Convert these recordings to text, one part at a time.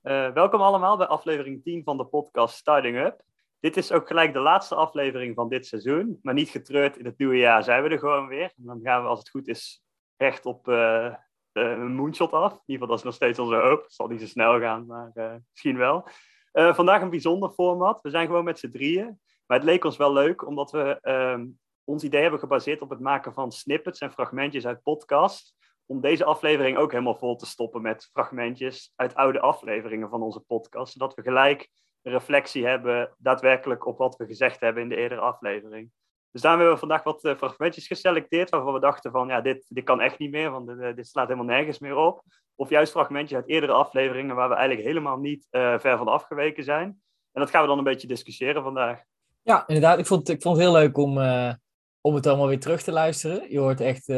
Welkom allemaal bij aflevering 10 van de podcast Starting Up. Dit is ook gelijk de laatste aflevering van dit seizoen. Maar niet getreurd, in het nieuwe jaar zijn we er gewoon weer. En dan gaan we, als het goed is, recht op een moonshot af. In ieder geval, dat is nog steeds onze hoop. Het zal niet zo snel gaan, maar misschien wel. Vandaag een bijzonder format. We zijn gewoon met z'n drieën. Maar het leek ons wel leuk, omdat we ons idee hebben gebaseerd op het maken van snippets en fragmentjes uit podcasts. Om deze aflevering ook helemaal vol te stoppen met fragmentjes uit oude afleveringen van onze podcast. Zodat we gelijk een reflectie hebben daadwerkelijk op wat we gezegd hebben in de eerdere aflevering. Dus daarom hebben we vandaag wat fragmentjes geselecteerd waarvan we dachten van ja, dit kan echt niet meer, want dit slaat helemaal nergens meer op. Of juist fragmentjes uit eerdere afleveringen waar we eigenlijk helemaal niet ver van afgeweken zijn. En dat gaan we dan een beetje discussiëren vandaag. Ja, inderdaad. Ik vond het heel leuk om het allemaal weer terug te luisteren. Je hoort echt,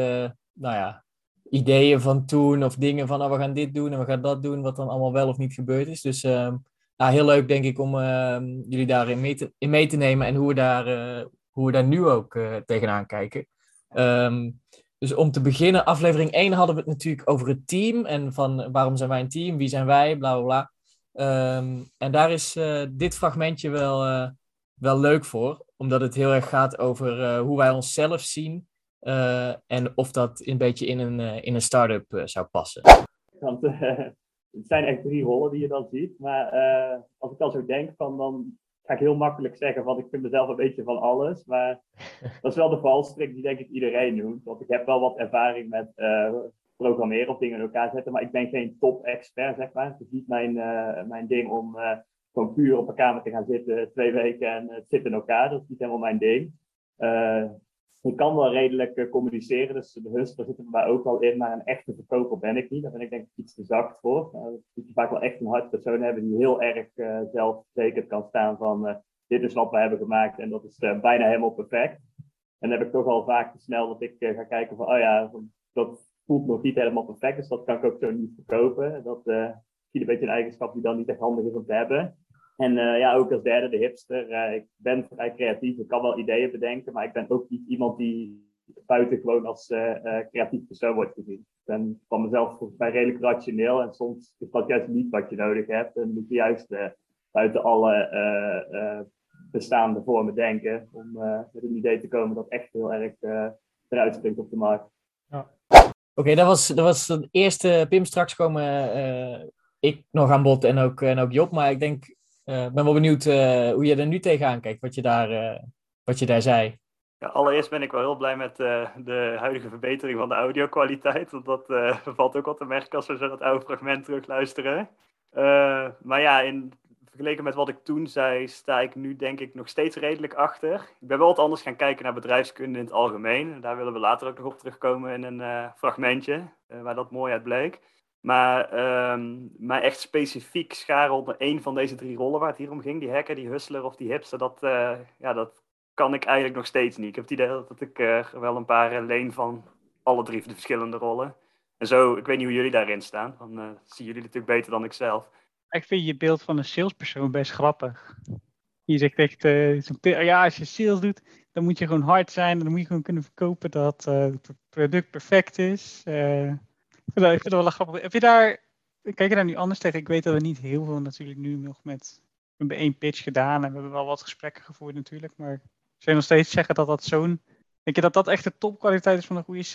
ideeën van toen of dingen van we gaan dit doen en we gaan dat doen, wat dan allemaal wel of niet gebeurd is. Dus heel leuk denk ik om jullie daarin mee te nemen en hoe we daar nu ook tegenaan kijken. Dus om te beginnen, aflevering 1 hadden we het natuurlijk over het team en van waarom zijn wij een team, wie zijn wij, bla bla bla. En daar is dit fragmentje wel leuk voor, omdat het heel erg gaat over hoe wij onszelf zien. En of dat een beetje in een start-up zou passen. Want het zijn echt 3 rollen die je dan ziet. Maar als ik dan zo denk, dan ga ik heel makkelijk zeggen van ik vind mezelf een beetje van alles. Maar dat is wel de valstrik die denk ik iedereen doet. Want ik heb wel wat ervaring met programmeren of dingen in elkaar zetten. Maar ik ben geen top-expert, zeg maar. Het is niet mijn ding om gewoon puur op een kamer te gaan zitten 2 weken en het zit in elkaar. Dat is niet helemaal mijn ding. Ik kan wel redelijk communiceren, dus de hustler zit er bij ook al in, maar een echte verkoper ben ik niet. Daar ben ik denk ik iets te zacht voor. Je vaak wel echt een hartpersoon hebben die heel erg zelfverzekerd kan staan van dit is wat we hebben gemaakt en dat is bijna helemaal perfect. En dan heb ik toch al vaak te snel dat ik ga kijken van dat voelt nog niet helemaal perfect, dus dat kan ik ook zo niet verkopen. Dat is een beetje een eigenschap die dan niet echt handig is om te hebben. En ook als derde de hipster. Ik ben vrij creatief, ik kan wel ideeën bedenken, maar ik ben ook niet iemand die buitengewoon als creatief persoon wordt gezien. Ik ben van mezelf volgens mij redelijk rationeel en soms is dat juist niet wat je nodig hebt. En moet je juist buiten alle bestaande vormen denken om met een idee te komen dat echt heel erg eruit springt op de markt. Ja. Oké, dat was de eerste. Pim, straks komen ik nog aan bod en ook Job, maar ik denk... Ik ben wel benieuwd hoe je er nu tegenaan kijkt, wat je daar zei. Ja, allereerst ben ik wel heel blij met de huidige verbetering van de audio-kwaliteit. Want dat valt ook wel te merken als we zo dat oude fragment terugluisteren. Maar ja, vergeleken met wat ik toen zei, sta ik nu denk ik nog steeds redelijk achter. Ik ben wel wat anders gaan kijken naar bedrijfskunde in het algemeen. Daar willen we later ook nog op terugkomen in een fragmentje, waar dat mooi uit bleek. Maar echt specifiek scharen onder 1 van deze 3 rollen waar het hier om ging, die hacker, die hustler of die hipster, dat kan ik eigenlijk nog steeds niet. Ik heb het idee dat ik wel een paar leen van alle 3 de verschillende rollen. En zo, ik weet niet hoe jullie daarin staan, dan zien jullie natuurlijk beter dan ik zelf. Ik vind je beeld van een salespersoon best grappig. Je zegt echt, als je sales doet, dan moet je gewoon hard zijn, dan moet je gewoon kunnen verkopen dat het product perfect is. Ik vind het wel grappig. Kijk je daar nu anders tegen? Ik weet dat we niet heel veel natuurlijk nu nog we hebben 1 pitch gedaan en we hebben wel wat gesprekken gevoerd natuurlijk. Maar zou je nog steeds zeggen dat zo'n... Denk je dat echt de topkwaliteit is van een goede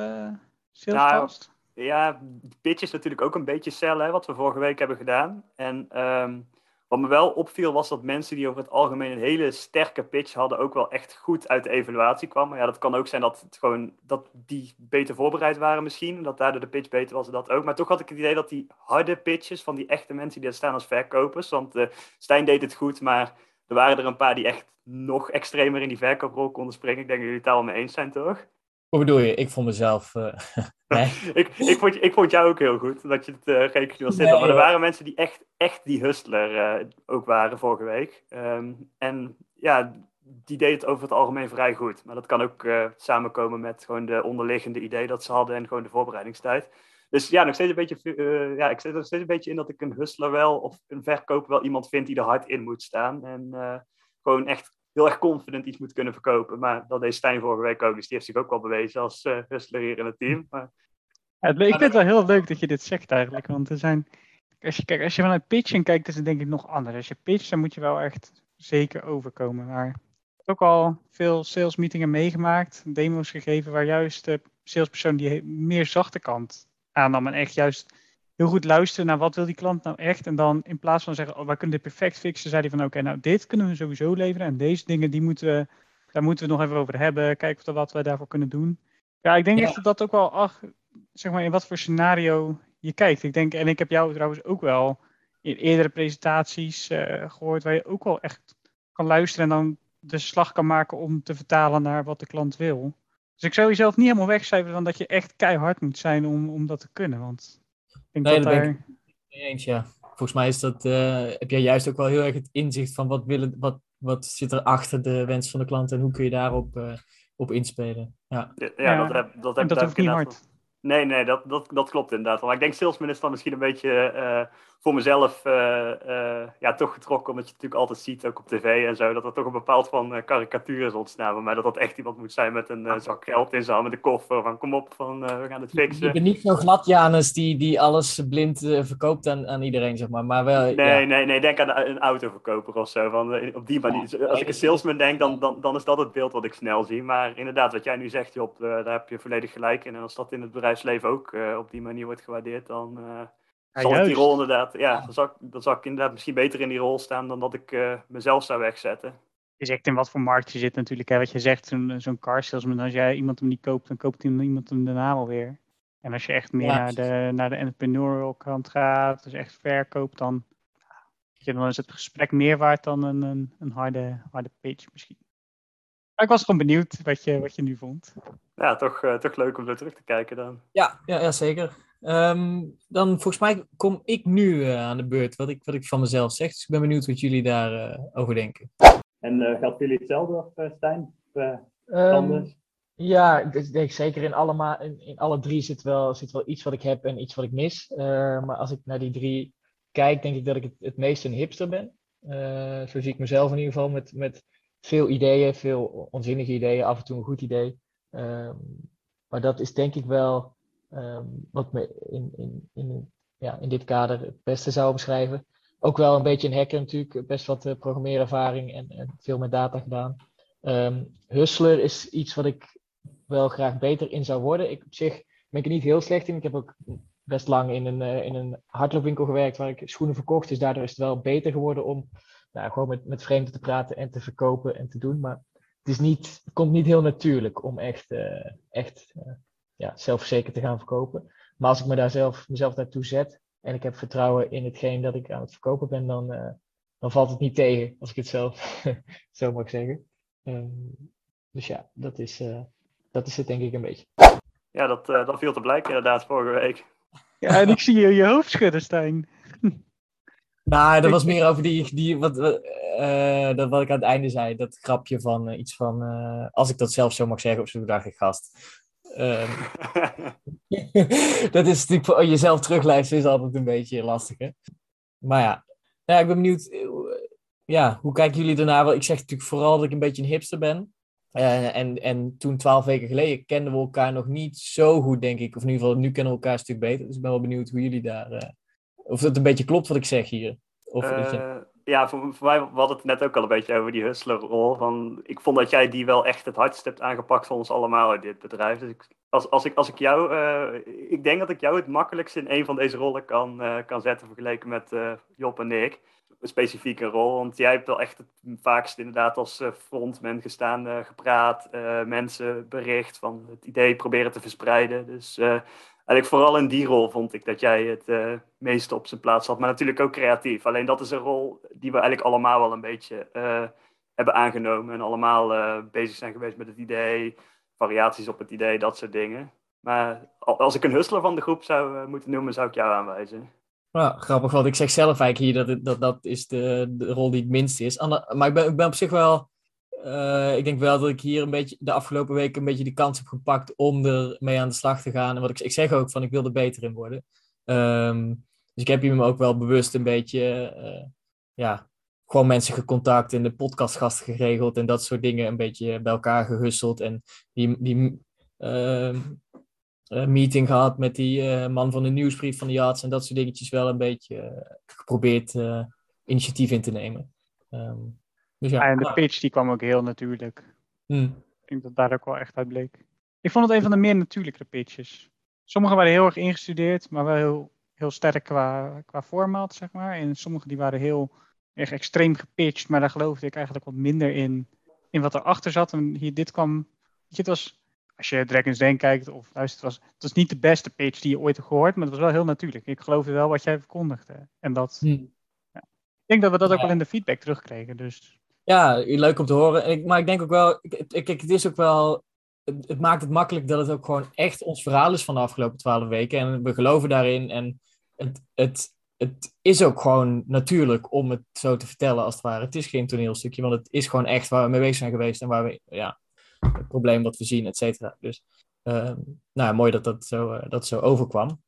salescast? Ja, de pitch is natuurlijk ook een beetje sell, wat we vorige week hebben gedaan. En wat me wel opviel was dat mensen die over het algemeen een hele sterke pitch hadden ook wel echt goed uit de evaluatie kwamen. Ja, dat kan ook zijn dat die beter voorbereid waren misschien. Dat daardoor de pitch beter was en dat ook. Maar toch had ik het idee dat die harde pitches van die echte mensen die er staan als verkopers. Want Stijn deed het goed, maar er waren er een paar die echt nog extremer in die verkooprol konden springen. Ik denk dat jullie het daar wel mee eens zijn, toch? Hoe bedoel je? Ik vond mezelf... Nee. ik vond jou ook heel goed, dat je het geen was zitten. Nee, maar er waren mensen die echt die hustler ook waren vorige week. En ja, die deed het over het algemeen vrij goed. Maar dat kan ook samenkomen met gewoon de onderliggende idee dat ze hadden en gewoon de voorbereidingstijd. Dus ja, nog steeds een beetje, ik zit er nog steeds een beetje in dat ik een hustler wel, of een verkoper wel iemand vind die er hard in moet staan. En gewoon echt heel erg confident iets moet kunnen verkopen. Maar dat deed Stijn vorige week ook. Dus die heeft zich ook wel bewezen als hustler hier in het team. Maar... Ja, ik vind het wel heel leuk dat je dit zegt eigenlijk. Want er zijn Als je vanuit pitchen kijkt, is het denk ik nog anders. Als je pitcht, dan moet je wel echt zeker overkomen. Maar ik heb ook al veel salesmeetingen meegemaakt, demo's gegeven, waar juist de salespersoon die meer zachte kant aannam. En echt juist heel goed luisteren naar wat wil die klant nou echt. En dan in plaats van zeggen, wij kunnen dit perfect fixen, zei hij van oké, nou dit kunnen we sowieso leveren. En deze dingen, daar moeten we nog even over hebben. Kijken of wat we daarvoor kunnen doen. Ja, ik denk echt dat ook wel, zeg maar, in wat voor scenario je kijkt. Ik denk, en ik heb jou trouwens ook wel in eerdere presentaties gehoord, waar je ook wel echt kan luisteren en dan de slag kan maken om te vertalen naar wat de klant wil. Dus ik zou jezelf niet helemaal wegcijferen van dat je echt keihard moet zijn om dat te kunnen. Want ik denk Nee, dat dat daar... denk ik niet eens, ja. Volgens mij is dat, heb jij juist ook wel heel erg het inzicht van wat zit er achter de wens van de klant en hoe kun je daarop op inspelen. Ja. Ja, en dat daar heb hoeft ik niet inderdaad hard. Nee, dat klopt inderdaad. Maar ik denk salesman is dan misschien een beetje voor mezelf toch getrokken. Omdat je het natuurlijk altijd ziet, ook op tv en zo, dat er toch een bepaald van karikatuur is ontstaan. Voor mij dat echt iemand moet zijn met een zak geld in zijn hand, met een koffer. Van kom op, we gaan het Je fixen. bent niet zo'n glad Janus die alles blind verkoopt aan iedereen, zeg maar. Maar wel, Nee, denk aan een autoverkoper of zo. Op die manier. Als ik een salesman denk, dan is dat het beeld wat ik snel zie. Maar inderdaad, wat jij nu zegt, Job, daar heb je volledig gelijk in. En als dat in het bedrijfsleven ook op die manier wordt gewaardeerd, dan zal ik die rol inderdaad... Ja, dan zal ik inderdaad misschien beter in die rol staan dan dat ik mezelf zou wegzetten. Je zegt in wat voor markt je zit natuurlijk. Hè? Wat je zegt, zo'n car salesman, als jij iemand hem niet koopt, dan koopt iemand hem daarna alweer. En als je echt meer naar de entrepreneurial kant gaat, dus echt verkoopt, dan is het gesprek meer waard dan een harde pitch misschien. Maar ik was gewoon benieuwd wat je nu vond. Ja, toch leuk om zo terug te kijken dan. Ja, zeker. Dan volgens mij kom ik nu aan de beurt, wat ik van mezelf zeg. Dus ik ben benieuwd wat jullie daarover denken. En geldt voor jullie hetzelfde, of Stijn? Anders? Ja, ik denk zeker in alle drie zit wel iets wat ik heb en iets wat ik mis. Maar als ik naar die drie kijk, denk ik dat ik het meest een hipster ben. Zo zie ik mezelf in ieder geval met veel ideeën, veel onzinnige ideeën, af en toe een goed idee. Maar dat is denk ik wel wat me in dit kader het beste zou beschrijven. Ook wel een beetje een hacker natuurlijk, best wat programmeerervaring en veel met data gedaan. Hustler is iets wat ik wel graag beter in zou worden. Op zich ben ik er niet heel slecht in. Ik heb ook best lang in een hardloopwinkel gewerkt waar ik schoenen verkocht. Dus daardoor is het wel beter geworden om gewoon met vreemden te praten en te verkopen en te doen. Maar het komt niet heel natuurlijk om echt zelfverzekerd te gaan verkopen. Maar als ik mezelf daartoe zet en ik heb vertrouwen in hetgeen dat ik aan het verkopen ben, dan valt het niet tegen, als ik het zelf zo mag zeggen. Dus ja, dat is het denk ik een beetje. Ja, dat viel te blijken inderdaad vorige week. Ja, en ik zie je hoofd schudden, Stijn. Nou, dat was meer over wat ik aan het einde zei. Dat grapje van iets van, als ik dat zelf zo mag zeggen, of zo dacht ik, gast. Dat is natuurlijk voor jezelf terugluisteren is altijd een beetje lastig, hè? Maar ja, ik ben benieuwd. Hoe kijken jullie daarna? Ik zeg natuurlijk vooral dat ik een beetje een hipster ben. En toen 12 weken geleden kenden we elkaar nog niet zo goed, denk ik. Of in ieder geval, nu kennen we elkaar een stuk beter. Dus ik ben wel benieuwd hoe jullie daar... of het een beetje klopt wat ik zeg hier. Ja, voor mij, we hadden het net ook al een beetje over die hustlerrol. Ik vond dat jij die wel echt het hardst hebt aangepakt van ons allemaal uit dit bedrijf. Dus als ik jou... ik denk dat ik jou het makkelijkst in een van deze rollen kan zetten vergeleken met Job en ik. Een specifieke rol, want jij hebt wel echt het vaakst inderdaad als frontman gestaan, gepraat, mensen bericht, van het idee proberen te verspreiden. Dus eigenlijk vooral in die rol vond ik dat jij het meeste op zijn plaats had, maar natuurlijk ook creatief. Alleen dat is een rol die we eigenlijk allemaal wel een beetje hebben aangenomen en allemaal bezig zijn geweest met het idee, variaties op het idee, dat soort dingen. Maar als ik een hustler van de groep zou moeten noemen, zou ik jou aanwijzen. Ja, grappig, want ik zeg zelf eigenlijk hier dat is de rol die het minst is. Maar ik ben op zich wel... ik denk wel dat ik hier een beetje de afgelopen weken een beetje die kans heb gepakt om ermee aan de slag te gaan. En wat ik zeg ook van, ik wil er beter in worden. Dus ik heb hier me ook wel bewust een beetje... gewoon mensen gecontact en de podcastgasten geregeld en dat soort dingen een beetje bij elkaar gehusseld. En meeting gehad met die man van de nieuwsbrief van de Yachts en dat soort dingetjes wel een beetje geprobeerd initiatief in te nemen. Dus ja. En de pitch die kwam ook heel natuurlijk. Hmm. Ik denk dat daar ook wel echt uit bleek. Ik vond het een van de meer natuurlijkere pitches. Sommige waren heel erg ingestudeerd, maar wel heel, heel sterk qua format, zeg maar. En sommige die waren heel erg extreem gepitcht, maar daar geloofde ik eigenlijk wat minder in wat erachter zat. En hier, dit kwam, weet je, het was, als je Dragon's Den kijkt of luistert, het was niet de beste pitch die je ooit hebt gehoord, maar het was wel heel natuurlijk. Ik geloofde wel wat jij verkondigde. En dat, ja. Ik denk dat we dat ook wel in de feedback terugkregen, dus... Ja, leuk om te horen. Maar ik denk ook wel, het is ook wel, het maakt het makkelijk dat het ook gewoon echt ons verhaal is van de afgelopen 12 weken. En we geloven daarin. En het is ook gewoon natuurlijk om het zo te vertellen als het ware. Het is geen toneelstukje, want het is gewoon echt waar we mee bezig zijn geweest. En waar we, ja, het probleem wat we zien, et cetera. Dus, nou, mooi dat zo overkwam.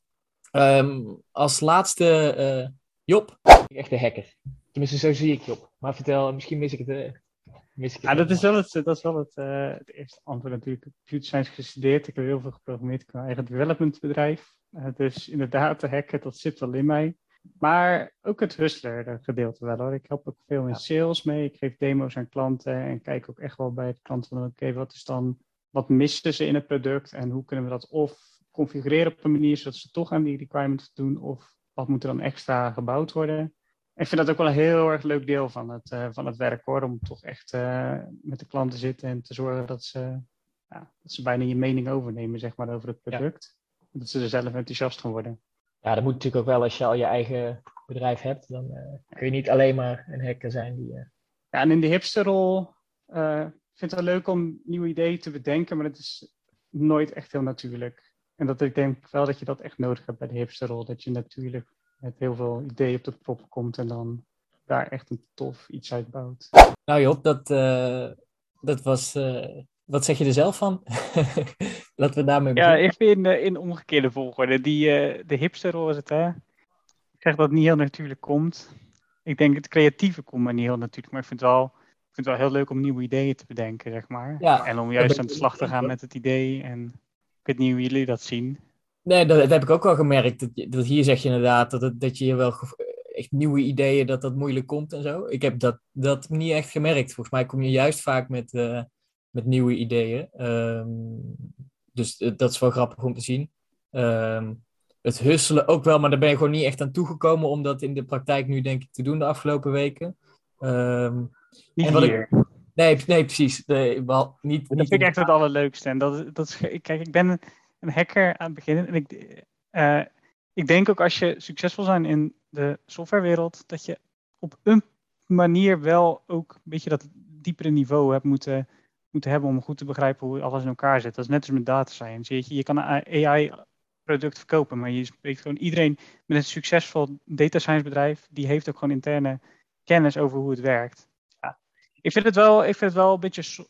Als laatste, Job, echt de hacker. Tenminste, zo zie ik Job. Maar vertel, misschien mis ik het. Ja, dat is wel het eerste antwoord natuurlijk. Computer science gestudeerd. Ik heb heel veel geprogrammeerd. Ik heb een eigen developmentbedrijf. Dus inderdaad, de hacken, dat zit wel in mij. Maar ook het hustler gedeelte wel hoor. Ik help ook veel in sales mee. Ik geef demo's aan klanten en kijk ook echt wel bij de klanten van oké, wat missen ze in het product en hoe kunnen we dat of configureren op een manier zodat ze toch aan die requirements doen of wat moet er dan extra gebouwd worden. Ik vind dat ook wel een heel erg leuk deel van het werk hoor. Om toch echt met de klant te zitten en te zorgen dat ze bijna je mening overnemen zeg maar, over het product. Ja. Dat ze er zelf enthousiast van worden. Ja, dat moet natuurlijk ook wel als je al je eigen bedrijf hebt. Dan kun je niet alleen maar een hacker zijn. Ja, en in de hipsterrol vind ik het wel leuk om nieuwe ideeën te bedenken. Maar het is nooit echt heel natuurlijk. En dat ik denk wel dat je dat echt nodig hebt bij de hipsterrol. Dat je natuurlijk met heel veel ideeën op de prop komt en dan daar echt een tof iets uit bouwt. Nou Job, dat was... wat zeg je er zelf van? Laten we daarmee beginnen. Ja, even in omgekeerde volgorde. De hipsterrol is het, hè? Ik zeg dat het niet heel natuurlijk komt. Ik denk het creatieve komt maar niet heel natuurlijk. Maar ik vind het wel heel leuk om nieuwe ideeën te bedenken, zeg maar. Ja, en om juist aan de slag te gaan met het idee. En ik weet niet hoe jullie dat zien. Nee, dat heb ik ook wel gemerkt. Dat hier zeg je inderdaad dat je wel echt nieuwe ideeën, dat moeilijk komt en zo. Ik heb dat niet echt gemerkt. Volgens mij kom je juist vaak met nieuwe ideeën. Dus dat is wel grappig om te zien. Het husselen ook wel, maar daar ben je gewoon niet echt aan toegekomen om dat in de praktijk nu denk ik te doen de afgelopen weken. Niet hier. Nee, precies. Dat vind ik echt het allerleukste. En kijk, ik ben een hacker aan het beginnen. En ik denk ook als je succesvol bent in de softwarewereld, dat je op een manier wel ook een beetje dat diepere niveau hebt moeten hebben om goed te begrijpen hoe alles in elkaar zit. Dat is net als met data science. Je kan een AI-product verkopen, maar je spreekt gewoon iedereen met een succesvol data science bedrijf, die heeft ook gewoon interne kennis over hoe het werkt. Ja. Ik vind het wel een beetje...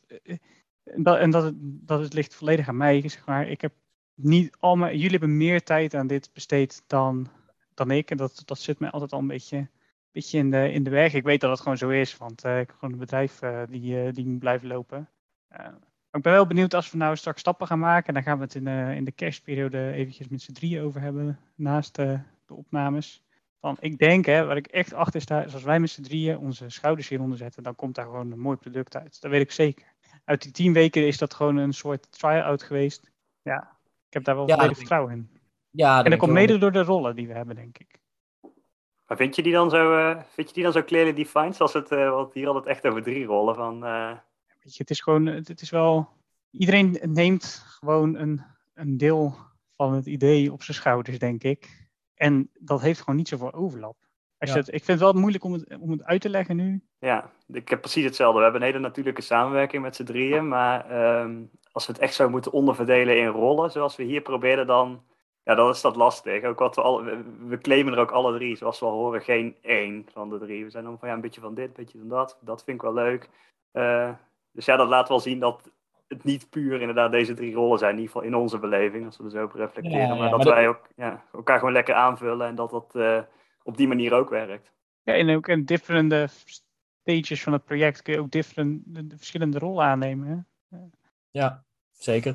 dat ligt volledig aan mij, zeg maar. Ik heb niet jullie hebben meer tijd aan dit besteed dan ik. En dat zit mij altijd al een beetje in de weg. Ik weet dat het gewoon zo is, want ik heb gewoon een bedrijf die moet blijven lopen. Ik ben wel benieuwd als we nou straks stappen gaan maken. Dan gaan we het in de kerstperiode eventjes met z'n drieën over hebben, naast de opnames. Want ik denk, waar ik echt achter sta, is als wij met z'n drieën onze schouders hieronder zetten, dan komt daar gewoon een mooi product uit. Dat weet ik zeker. Uit die 10 weken is dat gewoon een soort try-out geweest. Ja, ik heb daar wel volledig vertrouwen in. Ja, en dat komt mede door de rollen die we hebben, denk ik. Maar vind je die dan zo clearly defined, zoals wat hier altijd echt over 3 rollen van... Weet je, het is wel... Iedereen neemt gewoon een deel van het idee op zijn schouders, denk ik. En dat heeft gewoon niet zoveel overlap. Ik vind het wel moeilijk om het uit te leggen nu. Ja, ik heb precies hetzelfde. We hebben een hele natuurlijke samenwerking met z'n drieën. Maar als we het echt zo moeten onderverdelen in rollen, zoals we hier proberen, dan is dat lastig. Ook we claimen er ook alle 3, zoals we al horen, geen 1 van de 3. We zijn dan van een beetje van dit, een beetje van dat. Dat vind ik wel leuk. Dus ja, dat laat wel zien dat het niet puur inderdaad deze 3 rollen zijn. In ieder geval in onze beleving, als we er zo op reflecteren. Maar wij ook elkaar gewoon lekker aanvullen en dat op die manier ook werkt. Ja, en ook in different stages van het project kun je ook de verschillende rollen aannemen. Hè? Ja, zeker.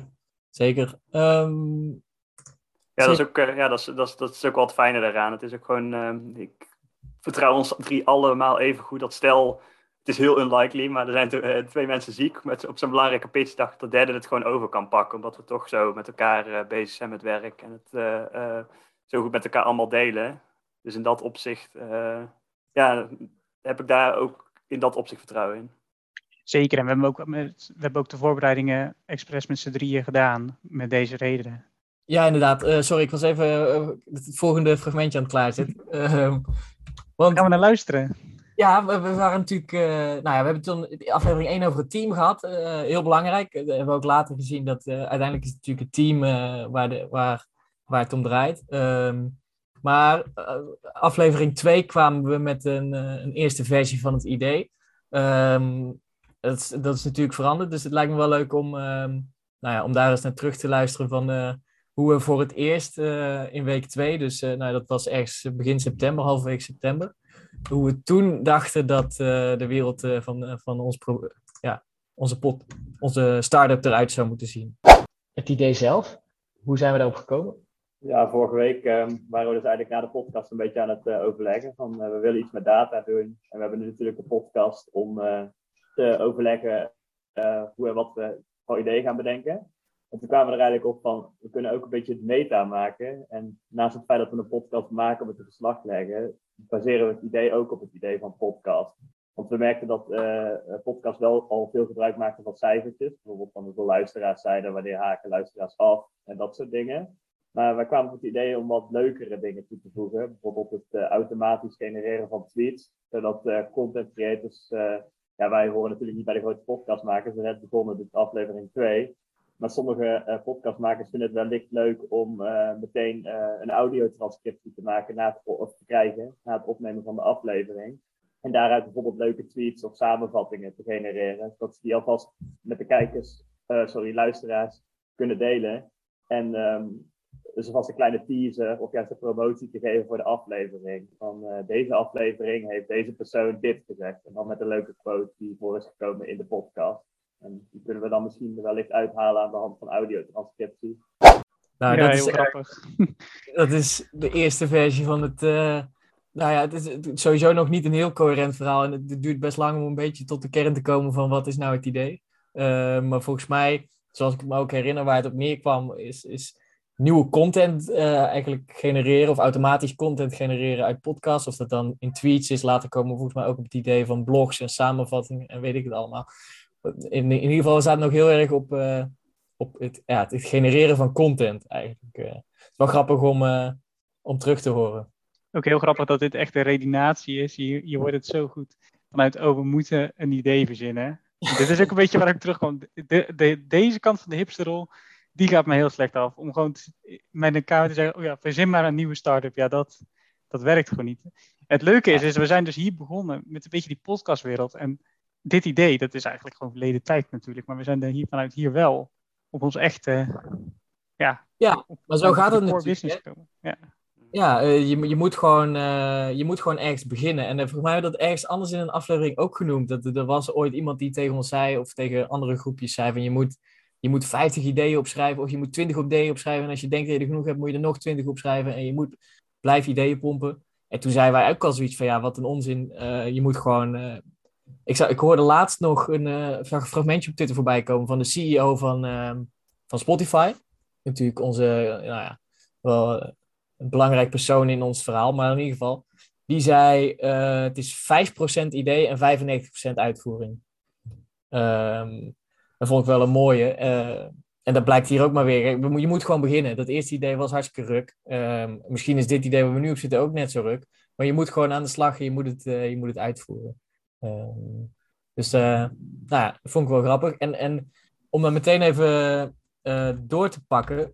zeker. Ja, dat is ook, dat is ook wel het fijne daaraan. Het is ook gewoon, ik vertrouw ons 3 allemaal even goed. Dat stel, het is heel unlikely, maar er zijn 2 mensen ziek. Op zo'n belangrijke pitch dacht de derde het gewoon over kan pakken. Omdat we toch zo met elkaar bezig zijn met werk. En het zo goed met elkaar allemaal delen. Dus in dat opzicht, heb ik daar ook in dat opzicht vertrouwen in. Zeker, en we hebben ook de voorbereidingen expres met z'n 3 gedaan. Met deze redenen. Ja, inderdaad. Sorry, ik was even het volgende fragmentje aan het klaarzetten. Want Gaan we naar luisteren? ja, we waren natuurlijk... we hebben toen aflevering 1 over het team gehad. Heel belangrijk. We hebben ook later gezien dat uiteindelijk is het natuurlijk het team waar het om draait. Maar aflevering 2 kwamen we met een eerste versie van het idee. Dat is natuurlijk veranderd. Dus het lijkt me wel leuk om daar eens naar terug te luisteren van... hoe we voor het eerst in week 2, dus dat was ergens begin september, halverwege september, hoe we toen dachten dat de wereld van onze start-up eruit zou moeten zien. Het idee zelf, hoe zijn we daarop gekomen? Ja, vorige week waren we dus eigenlijk na de podcast een beetje aan het overleggen van we willen iets met data doen. En we hebben nu natuurlijk een podcast om te overleggen hoe en wat we voor ideeën gaan bedenken. En toen kwamen we er eigenlijk op van, we kunnen ook een beetje het meta maken. En naast het feit dat we een podcast maken om het te verslag leggen, baseren we het idee ook op het idee van podcast. Want we merkten dat podcast wel al veel gebruik maakten van cijfertjes. Bijvoorbeeld van hoeveel luisteraars zijn er, wanneer haken luisteraars af en dat soort dingen. Maar wij kwamen op het idee om wat leukere dingen toe te voegen. Bijvoorbeeld het automatisch genereren van tweets. Zodat content creators, wij horen natuurlijk niet bij de grote podcastmakers. We zijn net begonnen, dit is aflevering 2. Maar sommige podcastmakers vinden het wellicht leuk om meteen een audiotranscriptie te maken of te krijgen na het opnemen van de aflevering. En daaruit bijvoorbeeld leuke tweets of samenvattingen te genereren. Zodat ze die alvast met de luisteraars kunnen delen. En dus alvast een kleine teaser of juist een promotie te geven voor de aflevering. Van deze aflevering heeft deze persoon dit gezegd. En dan met een leuke quote die voor is gekomen in de podcast. En die kunnen we dan misschien wellicht uithalen aan de hand van audiotranscriptie. Nou, ja, dat heel is grappig. Dat is de eerste versie van het... het is sowieso nog niet een heel coherent verhaal. En het duurt best lang om een beetje tot de kern te komen van wat is nou het idee. Maar volgens mij, zoals ik me ook herinner waar het op neerkwam, is nieuwe content eigenlijk genereren of automatisch content genereren uit podcasts. Of dat dan in tweets is, later komen we volgens mij ook op het idee van blogs en samenvattingen en weet ik het allemaal. In ieder geval staat het nog heel erg op het genereren van content eigenlijk. Het is wel grappig om terug te horen. Ook heel grappig dat dit echt een redenatie is. Je wordt het zo goed vanuit, we moeten een idee verzinnen. Dit is ook een beetje waar ik terugkom. Deze kant van de hipsterrol, die gaat me heel slecht af. Om gewoon met een kamer te zeggen, verzin maar een nieuwe start-up. Ja, dat werkt gewoon niet. Het leuke is, we zijn dus hier begonnen met een beetje die podcastwereld. En dit idee, dat is eigenlijk gewoon verleden tijd natuurlijk. Maar we zijn er vanuit hier wel op ons echte... maar zo gaat het natuurlijk. Komen. Ja. Ja, je moet gewoon ergens beginnen. En volgens mij hebben we dat ergens anders in een aflevering ook genoemd. Dat er was ooit iemand die tegen ons zei, of tegen andere groepjes zei, van je moet 50 ideeën opschrijven, of je moet 20 ideeën opschrijven. En als je denkt dat je er genoeg hebt, moet je er nog 20 opschrijven. En je moet blijven ideeën pompen. En toen zeiden wij ook al zoiets van, wat een onzin. Je moet gewoon... Ik hoorde laatst nog een fragmentje op Twitter voorbij komen van de CEO van Spotify. Natuurlijk onze, wel een belangrijk persoon in ons verhaal, maar in ieder geval. Die zei, het is 5% idee en 95% uitvoering. Dat vond ik wel een mooie. En dat blijkt hier ook maar weer. Je moet gewoon beginnen. Dat eerste idee was hartstikke ruk. Misschien is dit idee waar we nu op zitten ook net zo ruk. Maar je moet gewoon aan de slag en je moet het uitvoeren. Dat vond ik wel grappig. En om dan meteen even door te pakken.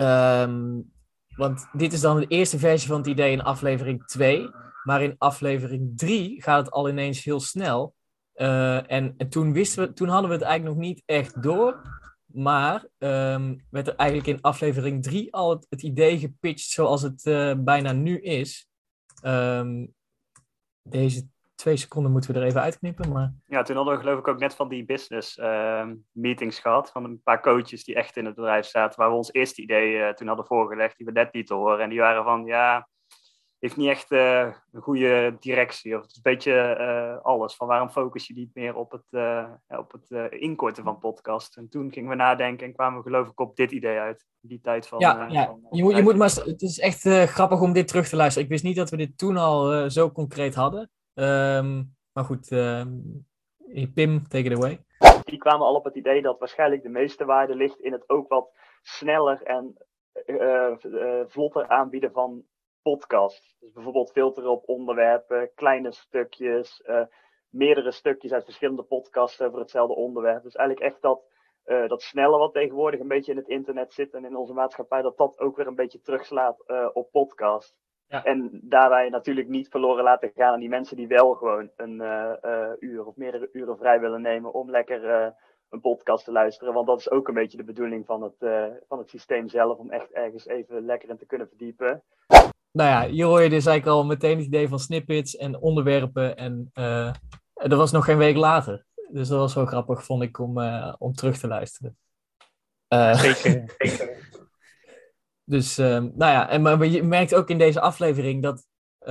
Want dit is dan de eerste versie van het idee in aflevering 2. Maar in aflevering 3 gaat het al ineens heel snel. En toen hadden we het eigenlijk nog niet echt door. Maar werd er eigenlijk in aflevering 3 al het idee gepitcht zoals het bijna nu is. Deze 2 seconden moeten we er even uitknippen. Maar... Ja, toen hadden we geloof ik ook net van die business meetings gehad. Van een paar coaches die echt in het bedrijf zaten. Waar we ons eerste idee toen hadden voorgelegd. Die we net niet te horen. En die waren van, ja, heeft niet echt een goede directie. Of het is een beetje alles. Van waarom focus je niet meer op het inkorten van podcast. En toen gingen we nadenken en kwamen we geloof ik op dit idee uit. Die tijd van... Je moet maar... Het is echt grappig om dit terug te luisteren. Ik wist niet dat we dit toen al zo concreet hadden. Maar goed, Pim, take it away. Die kwamen al op het idee dat waarschijnlijk de meeste waarde ligt in het ook wat sneller en vlotter aanbieden van podcasts. Dus bijvoorbeeld filteren op onderwerpen, kleine stukjes, meerdere stukjes uit verschillende podcasts over hetzelfde onderwerp. Dus eigenlijk echt dat snelle wat tegenwoordig een beetje in het internet zit en in onze maatschappij, dat ook weer een beetje terugslaat op podcast. Ja. En daarbij natuurlijk niet verloren laten gaan aan die mensen die wel gewoon een uur of meerdere uren vrij willen nemen om lekker een podcast te luisteren. Want dat is ook een beetje de bedoeling van het systeem zelf, om echt ergens even lekker in te kunnen verdiepen. Nou ja, hier hoor je dus eigenlijk al meteen het idee van snippets en onderwerpen. En dat was nog geen week later. Dus dat was wel grappig, vond ik, om terug te luisteren. Zeker. Dus, nou ja, maar je merkt ook in deze aflevering dat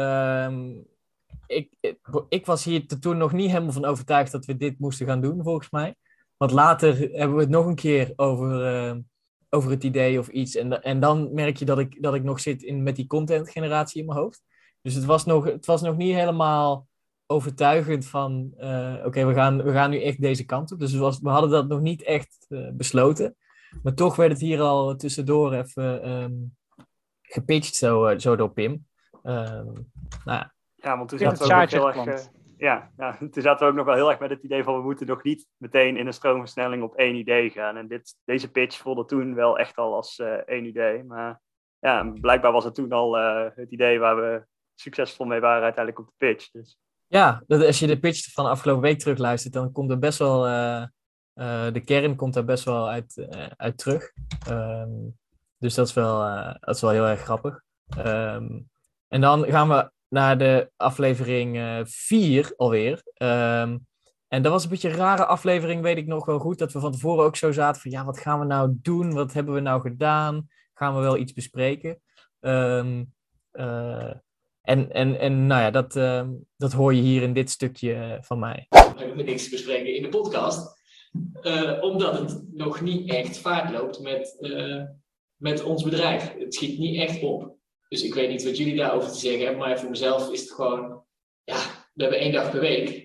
ik was hier toen nog niet helemaal van overtuigd dat we dit moesten gaan doen, volgens mij. Want later hebben we het nog een keer over het idee of iets. En dan merk je dat ik nog zit met die contentgeneratie in mijn hoofd. Dus het was nog niet helemaal overtuigend van... Oké, we gaan nu echt deze kant op. Dus we hadden dat nog niet echt besloten. Maar toch werd het hier al tussendoor even gepitcht zo door Pim. Nou ja. Ja, want toen zaten we ook nog heel erg... toen zaten we ook nog wel heel erg met het idee van... we moeten nog niet meteen in een stroomversnelling op 1 idee gaan. En deze pitch voelde toen wel echt al als 1 idee. Maar ja, blijkbaar was het toen al het idee waar we succesvol mee waren uiteindelijk op de pitch. Dus. Ja, als je de pitch van de afgelopen week terugluistert... dan komt er best wel... de kern komt daar best wel uit terug. Dus dat is wel heel erg grappig. En dan gaan we naar de aflevering 4 alweer. En dat was een beetje een rare aflevering, weet ik nog wel goed. Dat we van tevoren ook zo zaten van... ja, wat gaan we nou doen? Wat hebben we nou gedaan? Gaan we wel iets bespreken? En nou ja, dat hoor je hier in dit stukje van mij. We hebben niks te bespreken in de podcast... omdat het nog niet echt vaart loopt met ons bedrijf. Het schiet niet echt op. Dus ik weet niet wat jullie daarover te zeggen hebben. Maar voor mezelf is het gewoon... Ja, we hebben 1 dag per week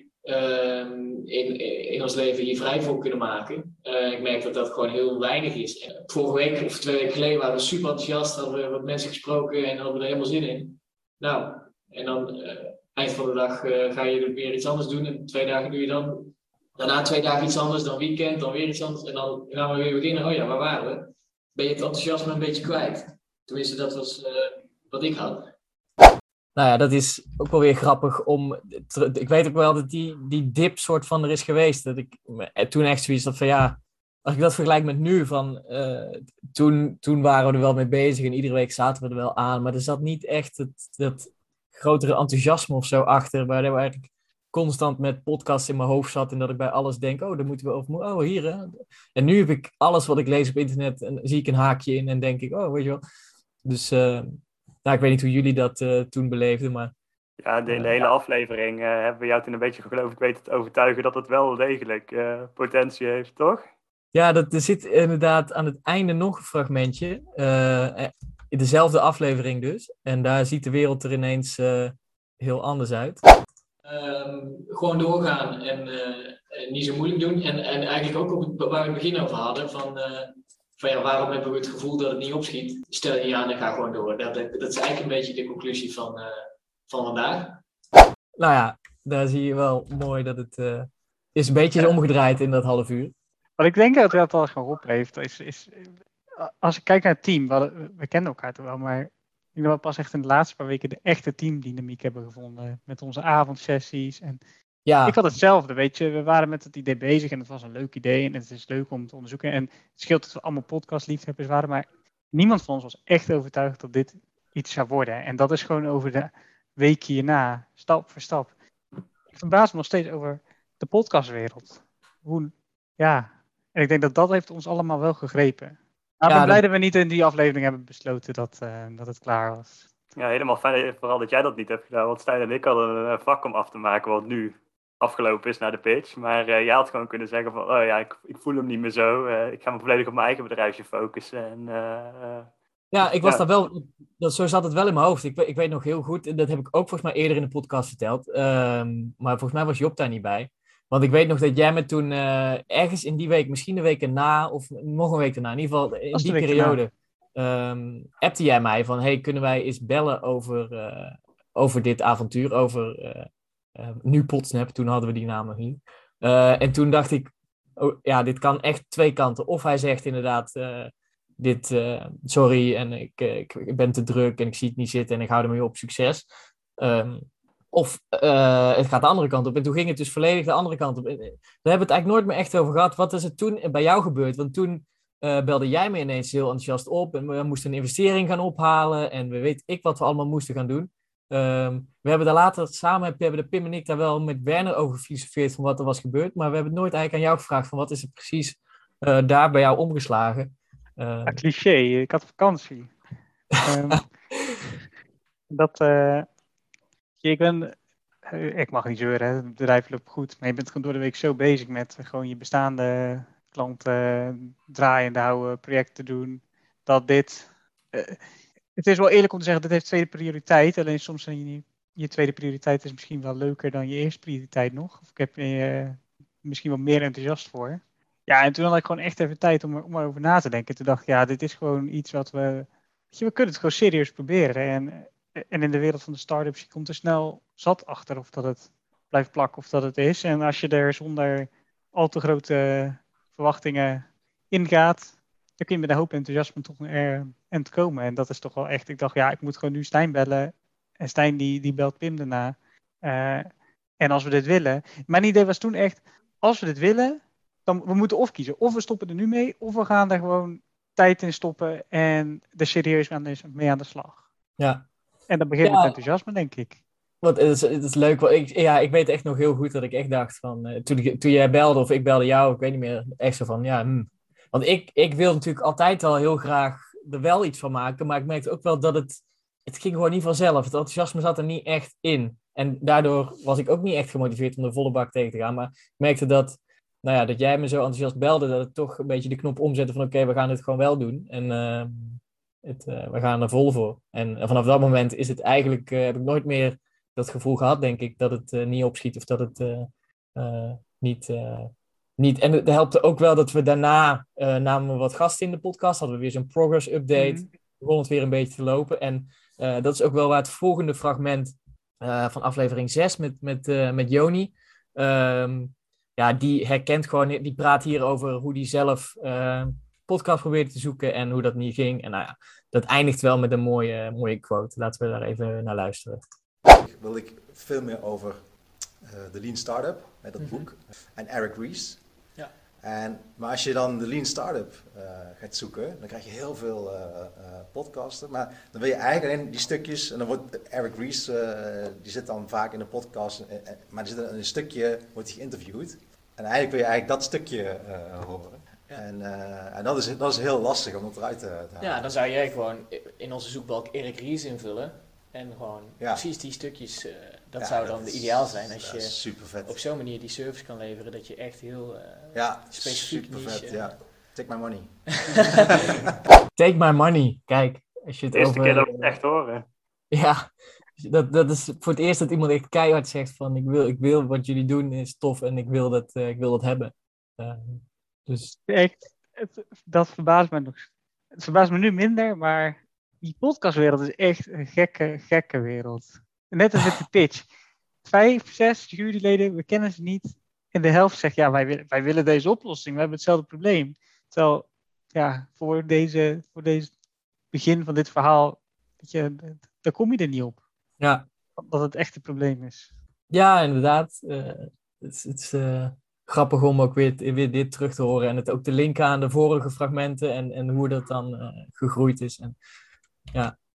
in ons leven hier vrij voor kunnen maken. Ik merk dat dat gewoon heel weinig is. Vorige week of 2 weken geleden waren we super enthousiast. Hadden we wat mensen gesproken en hadden we er helemaal zin in. Nou, en dan eind van de dag ga je weer iets anders doen. En 2 dagen doe je dan... Daarna 2 dagen iets anders, dan weekend, dan weer iets anders. En dan gaan we weer beginnen. Oh ja, waar waren we? Ben je het enthousiasme een beetje kwijt? Tenminste, dat was wat ik had. Nou ja, dat is ook wel weer grappig om... Ik weet ook wel dat die dip soort van er is geweest. Dat ik toen echt zoiets had van ja... Als ik dat vergelijk met nu, van toen waren we er wel mee bezig en iedere week zaten we er wel aan. Maar er zat niet echt dat grotere enthousiasme of zo achter. Waar we eigenlijk constant met podcasts in mijn hoofd zat en dat ik bij alles denk, daar moeten we over... Oh, hier, hè. En nu heb ik alles wat ik lees op internet en zie ik een haakje in en denk ik, weet je wel. Dus, ik weet niet hoe jullie dat toen beleefden, maar... Ja, de hele aflevering hebben we jou toen een beetje, geloof ik, weten te overtuigen dat het wel degelijk potentie heeft, toch? Ja, er zit inderdaad aan het einde nog een fragmentje. In dezelfde aflevering dus. En daar ziet de wereld er ineens heel anders uit. Gewoon doorgaan en niet zo moeilijk doen. En eigenlijk ook waar we het begin over hadden. Van ja, waarom hebben we het gevoel dat het niet opschiet? Stel je niet aan en ga gewoon door. Dat is eigenlijk een beetje de conclusie van vandaag. Nou ja, daar zie je wel mooi dat het is een beetje omgedraaid in dat half uur. Wat ik denk dat dat al geholpen heeft, is als ik kijk naar het team, we kennen elkaar toch wel, maar ik denk dat we pas echt in de laatste paar weken de echte teamdynamiek hebben gevonden. Met onze avondsessies. En ja. Ik had hetzelfde, weet je. We waren met het idee bezig en het was een leuk idee en het is leuk om te onderzoeken. En het scheelt dat we allemaal podcastliefhebbers waren, maar niemand van ons was echt overtuigd dat dit iets zou worden. En dat is gewoon over de week hierna, stap voor stap. ik verbaas me nog steeds over de podcastwereld. En ik denk dat dat heeft ons allemaal wel gegrepen. Maar ik ben blij dat we niet in die aflevering hebben besloten dat het klaar was. Ja, helemaal fijn vooral dat jij dat niet hebt gedaan. Want Stijn en ik hadden een vak om af te maken wat nu afgelopen is naar de pitch. Maar jij had gewoon kunnen zeggen van, oh ja, ik voel hem niet meer zo. Ik ga me volledig op mijn eigen bedrijfje focussen. En, ja, ik was daar wel, zo zat het wel in mijn hoofd. Ik weet nog heel goed, en dat heb ik ook volgens mij eerder in de podcast verteld. Maar volgens mij was Job daar niet bij. Want ik weet nog dat jij me toen ergens in die week, misschien de week erna, of nog een week erna, in ieder geval in die periode, appte jij mij van, hey, kunnen wij eens bellen over dit avontuur, over nu Podsnap, toen hadden we die naam nog niet. En toen dacht ik, oh, ja, dit kan echt twee kanten. Of hij zegt inderdaad, sorry, en ik ben te druk en ik zie het niet zitten en ik hou ermee op, succes. Of het gaat de andere kant op. En toen ging het dus volledig de andere kant op. Daar hebben we het eigenlijk nooit meer echt over gehad. Wat is er toen bij jou gebeurd? Want toen belde jij me ineens heel enthousiast op. En we moesten een investering gaan ophalen. En we weet ik wat we allemaal moesten gaan doen. We hebben daar later samen, hebben Pim en ik daar wel met Werner over gefilosofeerd van wat er was gebeurd. Maar we hebben het nooit eigenlijk aan jou gevraagd van wat is er precies daar bij jou omgeslagen. Cliché, ik had vakantie. Ik mag niet zeuren, het bedrijf loopt goed, maar je bent gewoon door de week zo bezig met gewoon je bestaande klanten draaiende houden, projecten doen, het is wel eerlijk om te zeggen, dit heeft tweede prioriteit, alleen soms zijn je tweede prioriteit is misschien wel leuker dan je eerste prioriteit nog, of ik heb je misschien wel meer enthousiast voor. Ja, en toen had ik gewoon echt even tijd om erover na te denken. Toen dacht ik, ja, dit is gewoon iets wat we kunnen het gewoon serieus proberen. En in de wereld van de start-ups, je komt er snel zat achter of dat het blijft plakken of dat het is. En als je er zonder al te grote verwachtingen ingaat, dan kun je met een hoop enthousiasme toch en te komen. En dat is toch wel echt, ik dacht, ja, ik moet gewoon nu Stijn bellen. En Stijn die belt Pim daarna. En als we dit willen. Mijn idee was toen echt, als we dit willen, dan we moeten of kiezen. Of we stoppen er nu mee, of we gaan er gewoon tijd in stoppen en er serieus mee aan de slag. Ja. En dat begint met enthousiasme, denk ik. Want het is leuk. Ik weet echt nog heel goed dat ik echt dacht van... Toen jij belde of ik belde jou, ik weet niet meer, echt zo van... Want ik wil natuurlijk altijd al heel graag er wel iets van maken. Maar ik merkte ook wel dat het ging gewoon niet vanzelf. Het enthousiasme zat er niet echt in. En daardoor was ik ook niet echt gemotiveerd om de volle bak tegen te gaan. Maar ik merkte dat jij me zo enthousiast belde, dat het toch een beetje de knop omzette van oké, we gaan dit gewoon wel doen. En we gaan er vol voor. En vanaf dat moment is het eigenlijk, heb ik nooit meer dat gevoel gehad, denk ik, dat het niet opschiet of dat het niet... En het helpte ook wel dat we daarna namen we wat gasten in de podcast, hadden we weer zo'n progress update, begon het weer een beetje te lopen. En dat is ook wel waar het volgende fragment van aflevering 6 met Joni. Die herkent gewoon, die praat hier over hoe die zelf podcast probeerde te zoeken en hoe dat niet ging. En dat eindigt wel met een mooie quote. Laten we daar even naar luisteren. Wil ik veel meer over de Lean Startup, met dat boek, en Eric Ries. Ja. Maar als je dan de Lean Startup gaat zoeken, dan krijg je heel veel podcasten. Maar dan wil je eigenlijk alleen die stukjes, en dan wordt Eric Ries, die zit dan vaak in de podcast, maar er zit een stukje, wordt hij geïnterviewd. En eigenlijk wil je dat stukje horen. Ja. En dat is heel lastig om dat eruit te halen. Ja, dan zou jij gewoon in onze zoekbalk Eric Ries invullen. En gewoon precies die stukjes, dat zou dan ideaal zijn als je op zo'n manier die service kan leveren dat je echt heel specifiek super vet, Take my money. Take my money, kijk. Als je het de eerste keer dat we het echt horen. Ja, dat is voor het eerst dat iemand echt keihard zegt van ik wil wat jullie doen is tof en ik wil dat hebben. Dus. Echt, dat verbaast me nog. Het verbaast me nu minder, maar die podcastwereld is echt een gekke wereld. Net als met de pitch. 5, 6 juryleden, we kennen ze niet. En de helft zegt, ja, wij willen deze oplossing. We hebben hetzelfde probleem. Terwijl, voor deze begin van dit verhaal, daar kom je er niet op. Ja. Dat het echt een probleem is. Ja, inderdaad. Het is grappig om ook weer dit terug te horen. En het ook te linken aan de vorige fragmenten en hoe dat dan gegroeid is. En, ja.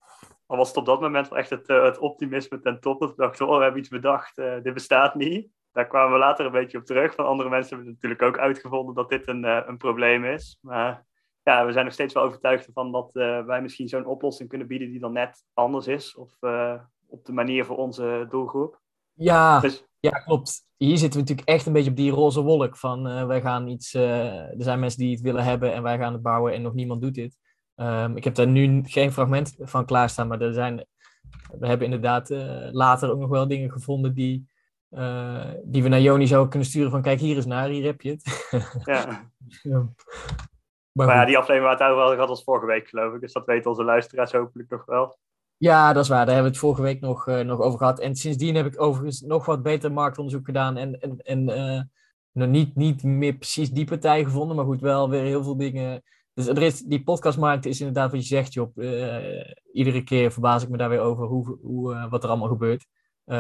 al was het op dat moment wel echt het optimisme ten top. Dat we dachten, we hebben iets bedacht, dit bestaat niet. Daar kwamen we later een beetje op terug. Van andere mensen hebben natuurlijk ook uitgevonden dat dit een probleem is. Maar ja, we zijn nog steeds wel overtuigd ervan dat wij misschien zo'n oplossing kunnen bieden die dan net anders is. Of op de manier voor onze doelgroep. Ja, Dus, ja, klopt. Hier zitten we natuurlijk echt een beetje op die roze wolk van wij gaan iets... er zijn mensen die het willen hebben en wij gaan het bouwen en nog niemand doet dit. Ik heb daar nu geen fragment van klaarstaan, maar we hebben inderdaad later ook nog wel dingen gevonden die we naar Joni zouden kunnen sturen van kijk, hier eens naar, hier heb je het. ja. Ja. Maar ja, goed. die aflevering waar het over gehad was vorige week, geloof ik. Dus dat weten onze luisteraars hopelijk nog wel. Ja, dat is waar. Daar hebben we het vorige week nog over gehad. En sindsdien heb ik overigens nog wat beter marktonderzoek gedaan en nog niet meer precies die partij gevonden, maar goed, wel weer heel veel dingen. Dus die podcastmarkt is inderdaad wat je zegt, Job. Iedere keer verbaas ik me daar weer over wat er allemaal gebeurt.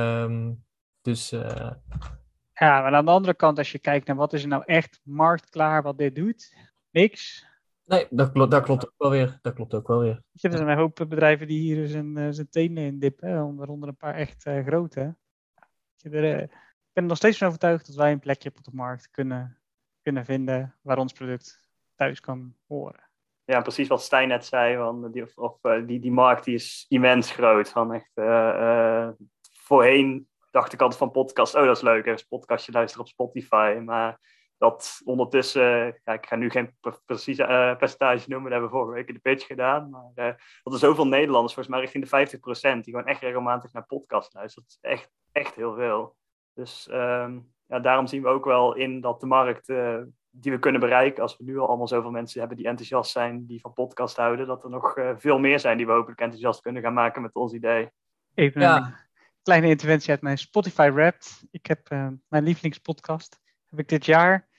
Ja, maar aan de andere kant, als je kijkt naar wat is er nou echt marktklaar wat dit doet, niks. Nee, dat klopt ook wel weer. Dat klopt ook wel weer. Er zijn een hoop bedrijven die hier zijn tenen in dippen, waaronder een paar echt grote. Ik ben er nog steeds van overtuigd dat wij een plekje op de markt kunnen vinden waar ons product thuis kan horen. Ja, precies wat Stijn net zei. Die markt die is immens groot. Van echt, voorheen dacht ik altijd van podcast. Oh, dat is leuk. Even een podcastje luisteren op Spotify. Maar dat ondertussen... ik ga nu geen precieze percentage noemen. Dat hebben we vorige week in de pitch gedaan. Maar dat er zoveel Nederlanders, volgens mij richting de 50%, die gewoon echt regelmatig naar podcast luisteren. Dat is echt heel veel. Dus daarom zien we ook wel in dat de markt... die we kunnen bereiken, als we nu al allemaal zoveel mensen hebben die enthousiast zijn, die van podcast houden, dat er nog veel meer zijn die we hopelijk enthousiast kunnen gaan maken met ons idee. Even een kleine interventie uit mijn Spotify Wrapped. Ik heb mijn lievelingspodcast, heb ik dit jaar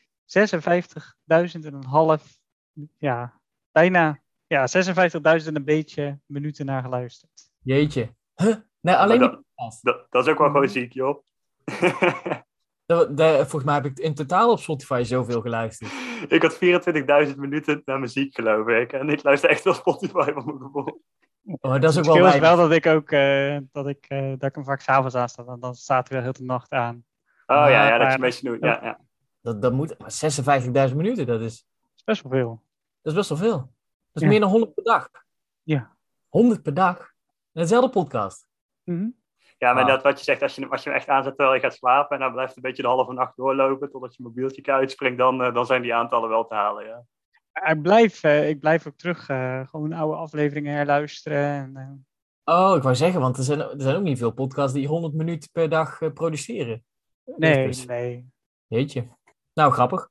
56.500 een beetje minuten naar geluisterd. Jeetje. Huh? Nee, alleen die podcast. Dat is ook wel gewoon ziek, joh. Volgens mij heb ik in totaal op Spotify zoveel geluisterd. Ik had 24.000 minuten naar muziek, geloof ik. En ik luister echt wel Spotify van mijn gevoel. Oh, dat is ook wel weinig. wel dat ik ook dat ik hem vaak s'avonds aansta, want dan staat hij wel heel de nacht aan. Dat is meestal doen. Ja. Dat moet 56.000 minuten, dat is best wel veel. Dat is best wel veel. Dat is meer dan 100 per dag. Ja. 100 per dag? En hetzelfde podcast. Mm-hmm. Ja, maar dat wat je zegt, als je hem echt aanzet terwijl je gaat slapen en dan blijft een beetje de halve nacht doorlopen totdat je mobieltje uitspringt, dan zijn die aantallen wel te halen, ja. Ik blijf ook terug gewoon oude afleveringen herluisteren. Ik wou zeggen, want er zijn ook niet veel podcasts die 100 minuten per dag produceren. Nee. Jeetje. Nou, grappig.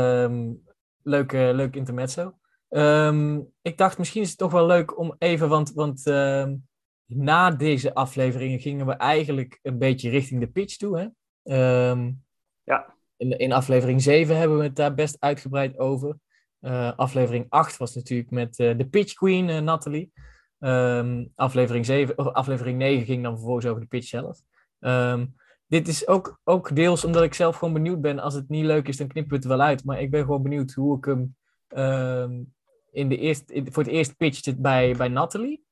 Leuk intermezzo. Ik dacht, misschien is het toch wel leuk om even, want na deze afleveringen gingen we eigenlijk een beetje richting de pitch toe. Hè? Ja. In aflevering 7 hebben we het daar best uitgebreid over. Aflevering 8 was natuurlijk met de pitch queen, Nathalie. Aflevering 9 ging dan vervolgens over de pitch zelf. Dit is ook deels omdat ik zelf gewoon benieuwd ben. Als het niet leuk is, dan knippen we het er wel uit. Maar ik ben gewoon benieuwd hoe ik hem voor het eerst pitchte bij Nathalie.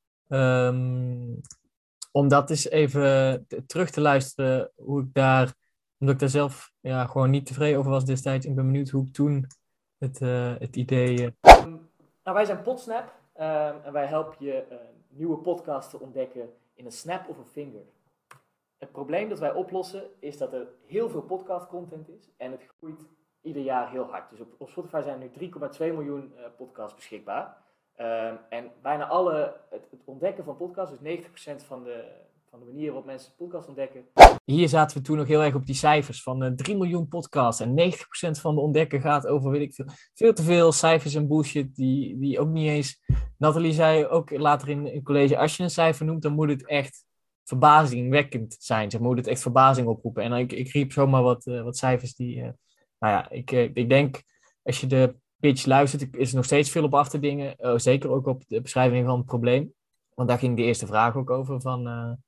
Om dat eens even terug te luisteren. omdat ik daar zelf gewoon niet tevreden over was destijds. Ik ben benieuwd hoe ik toen het idee... wij zijn Podsnap. En wij helpen je nieuwe podcasts te ontdekken in een snap of een finger. Het probleem dat wij oplossen is dat er heel veel podcast-content is en het groeit ieder jaar heel hard. Dus op Spotify zijn nu 3,2 miljoen podcasts beschikbaar. En bijna het ontdekken van podcasts, dus 90% van de manier waarop mensen podcasts ontdekken. Hier zaten we toen nog heel erg op die cijfers van 3 miljoen podcasts en 90% van de ontdekken gaat over, weet ik veel te veel cijfers en bullshit die ook niet eens... Nathalie zei ook later in college, als je een cijfer noemt, dan moet het echt verbazingwekkend zijn. Ze moet het echt verbazing oproepen. En ik riep zomaar wat cijfers die... ik denk, als je de pitch luistert, is er nog steeds veel op af te dingen. Zeker ook op de beschrijving van het probleem. Want daar ging de eerste vraag ook over van